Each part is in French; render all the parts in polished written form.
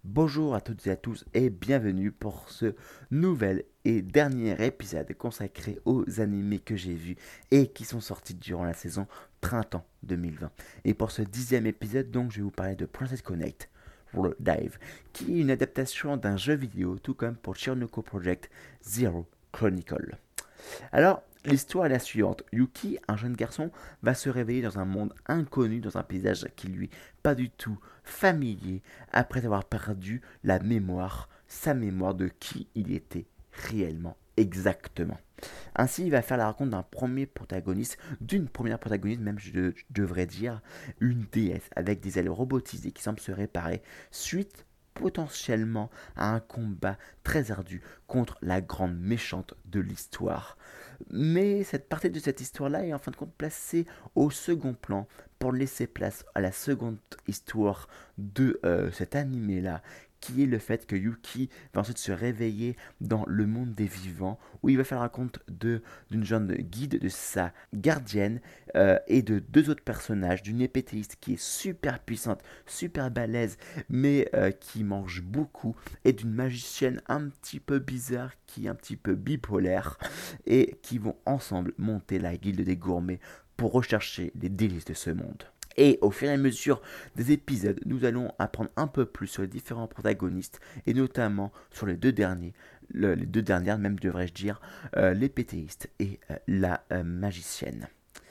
Bonjour à toutes et à tous et bienvenue pour ce nouvel et dernier épisode consacré aux animés que j'ai vus et qui sont sortis durant la saison printemps 2020. Et pour ce 10e épisode, donc, je vais vous parler de Princess Connect Dive, qui est une adaptation d'un jeu vidéo, tout comme pour Chernoko Project Zero Chronicle. Alors, l'histoire est la suivante. Yuki, un jeune garçon, va se réveiller dans un monde inconnu, dans un paysage qui lui est pas du tout familier, après avoir perdu la mémoire, sa mémoire de qui il était réellement, exactement. Ainsi, il va faire la rencontre d'un premier protagoniste, d'une première protagoniste, même je devrais dire, une déesse avec des ailes robotisées qui semblent se réparer suite potentiellement à un combat très ardu contre la grande méchante de l'histoire. Mais cette partie de cette histoire-là est en fin de compte placée au second plan pour laisser place à la seconde histoire de cet animé-là, qui est le fait que Yuki va ensuite se réveiller dans le monde des vivants, où il va faire la compte d'une jeune guide, de sa gardienne, et de deux autres personnages, d'une épétéiste qui est super puissante, super balèze, mais qui mange beaucoup, et d'une magicienne un petit peu bizarre, qui est un petit peu bipolaire, et qui vont ensemble monter la guilde des gourmets pour rechercher les délices de ce monde. Et au fur et à mesure des épisodes, nous allons apprendre un peu plus sur les différents protagonistes, et notamment sur les deux derniers, les deux dernières même devrais-je dire, l'épétéiste et la magicienne.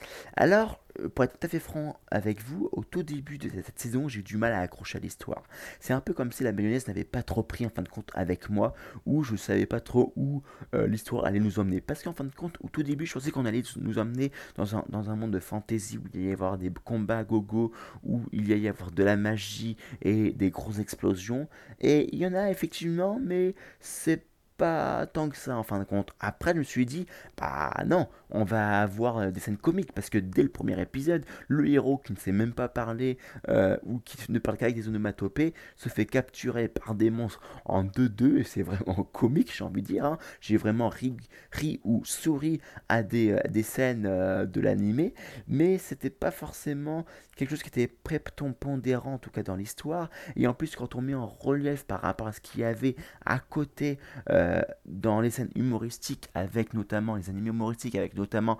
Alors, pour être tout à fait franc avec vous, au tout début de cette saison, j'ai eu du mal à accrocher à l'histoire. C'est un peu comme si la mayonnaise n'avait pas trop pris en fin de compte avec moi, où je ne savais pas trop où l'histoire allait nous emmener. Parce qu'en fin de compte, au tout début, je pensais qu'on allait nous emmener dans un monde de fantasy où il y allait y avoir des combats gogo, où il y allait y avoir de la magie et des grosses explosions. Et il y en a effectivement, mais c'est pas tant que ça en fin de compte. Après, je me suis dit, bah non, on va avoir des scènes comiques parce que dès le premier épisode, le héros qui ne sait même pas parler ou qui ne parle qu'avec des onomatopées se fait capturer par des monstres en 2-2 et c'est vraiment comique, j'ai envie de dire. Hein. J'ai vraiment ri ou souri à des scènes de l'animé, mais c'était pas forcément quelque chose qui était prépondérant en tout cas dans l'histoire. Et en plus, quand on met en relief par rapport à ce qu'il y avait à côté dans les scènes humoristiques avec notamment les animés humoristiques avec notamment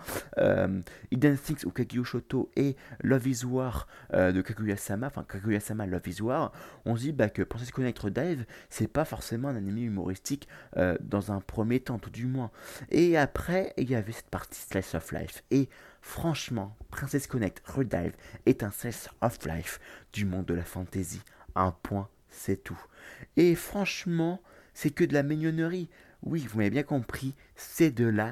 Hidden Things ou Kaguya Shoto et Love is War de Kaguya-sama, enfin Kaguya-sama Love is War, on se dit bah, que Princess Connect Dive, c'est pas forcément un animé humoristique dans un premier temps, tout du moins. Et après, il y avait cette partie Slice of Life. Et franchement, Princess Connect Dive est un Slice of Life du monde de la fantasy. Un point, c'est tout. Et franchement, c'est que de la mignonnerie. Oui, vous m'avez bien compris, c'est de la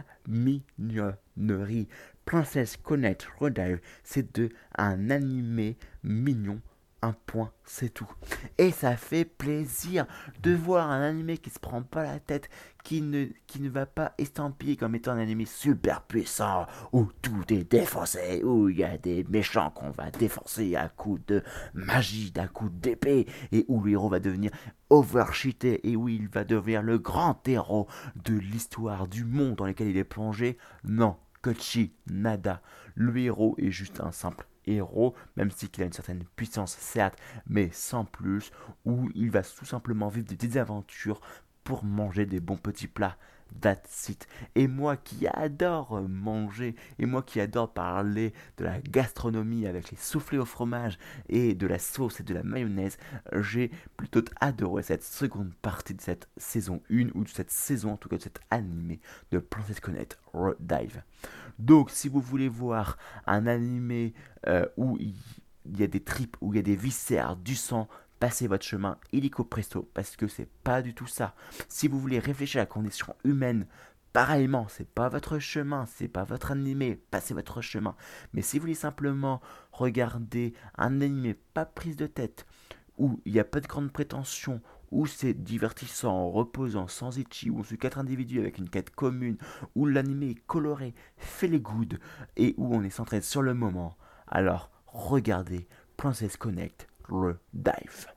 mignonnerie. Princess Connect Rodive, c'est de un animé mignon. Un point, c'est tout. Et ça fait plaisir de voir un animé qui se prend pas la tête, qui ne va pas estampiller comme étant un animé super puissant, où tout est défoncé, où il y a des méchants qu'on va défoncer à coups de magie, à coups d'épée, et où le héros va devenir overcheaté, et où il va devenir le grand héros de l'histoire du monde dans lequel il est plongé. Non, Kochi, nada. Le héros est juste un simple héros, même si qu'il a une certaine puissance, certes, mais sans plus, où il va tout simplement vivre des petites aventures pour manger des bons petits plats. That's it. Et moi qui adore manger, et moi qui adore parler de la gastronomie avec les soufflés au fromage et de la sauce et de la mayonnaise, j'ai plutôt adoré cette seconde partie de cette saison 1, ou de cette saison en tout cas de cet animé de Princess Connect Dive. Donc si vous voulez voir un animé où il y a des tripes, où il y a des viscères, du sang, passez votre chemin illico presto, parce que c'est pas du tout ça. Si vous voulez réfléchir à la condition humaine, pareillement, c'est pas votre chemin, c'est pas votre animé, passez votre chemin. Mais si vous voulez simplement regarder un animé pas prise de tête, où il n'y a pas de grandes prétentions, où c'est divertissant, reposant, sans itchy, où on suit quatre individus avec une quête commune, où l'animé est coloré, fait les good, et où on est centré sur le moment, alors regardez Princess Connect Dive.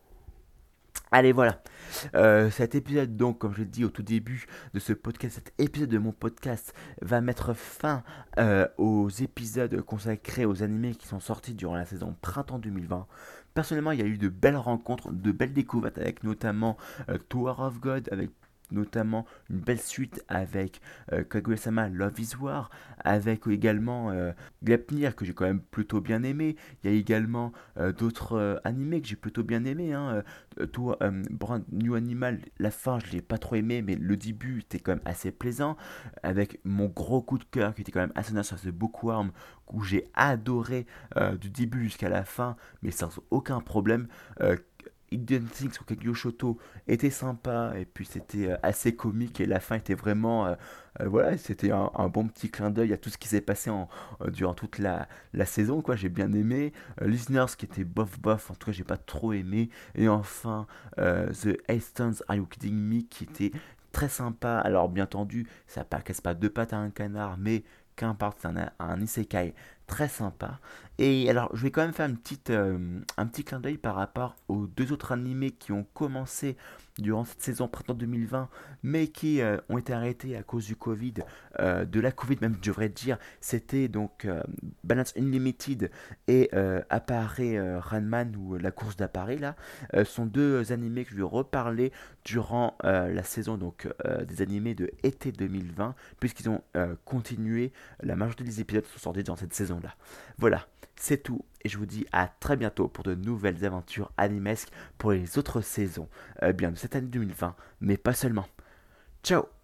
Allez, voilà. Cet épisode, donc, comme je l'ai dit au tout début de ce podcast, cet épisode de mon podcast va mettre fin aux épisodes consacrés aux animés qui sont sortis durant la saison printemps 2020. Personnellement, il y a eu de belles rencontres, de belles découvertes avec notamment Tower of God, avec notamment une belle suite avec Kaguya-sama Love is War, avec également Gleipnir que j'ai quand même plutôt bien aimé. Il y a également d'autres animés que j'ai plutôt bien aimé. Hein. Brand New Animal, la fin je l'ai pas trop aimé, mais le début était quand même assez plaisant. Avec mon gros coup de cœur qui était quand même Asuna sur The Bookworm, où j'ai adoré du début jusqu'à la fin, mais sans aucun problème. Hidden Things sur Kagyo Shoto était sympa et puis c'était assez comique et la fin était vraiment voilà, c'était un bon petit clin d'œil à tout ce qui s'est passé durant toute la saison, quoi. J'ai bien aimé Listeners qui était bof bof, en tout cas j'ai pas trop aimé, et enfin The Hastons Are You Kidding Me qui était très sympa. Alors bien entendu ça casse pas deux pattes à un canard, mais qu'importe, c'est un isekai très sympa. Et alors, je vais quand même faire un petit clin d'œil par rapport aux deux autres animés qui ont commencé durant cette saison printemps 2020, mais qui ont été arrêtés à cause du Covid, de la Covid même, je devrais dire. C'était donc Balance Unlimited et Apparaît Ranman, ou la course d'appareil là, sont deux animés que je vais reparler durant la saison donc des animés de été 2020, puisqu'ils ont continué. La majorité des épisodes sont sortis dans cette saison là. Voilà, c'est tout, et je vous dis à très bientôt pour de nouvelles aventures animesques pour les autres saisons bien de cette année 2020, mais pas seulement. Ciao!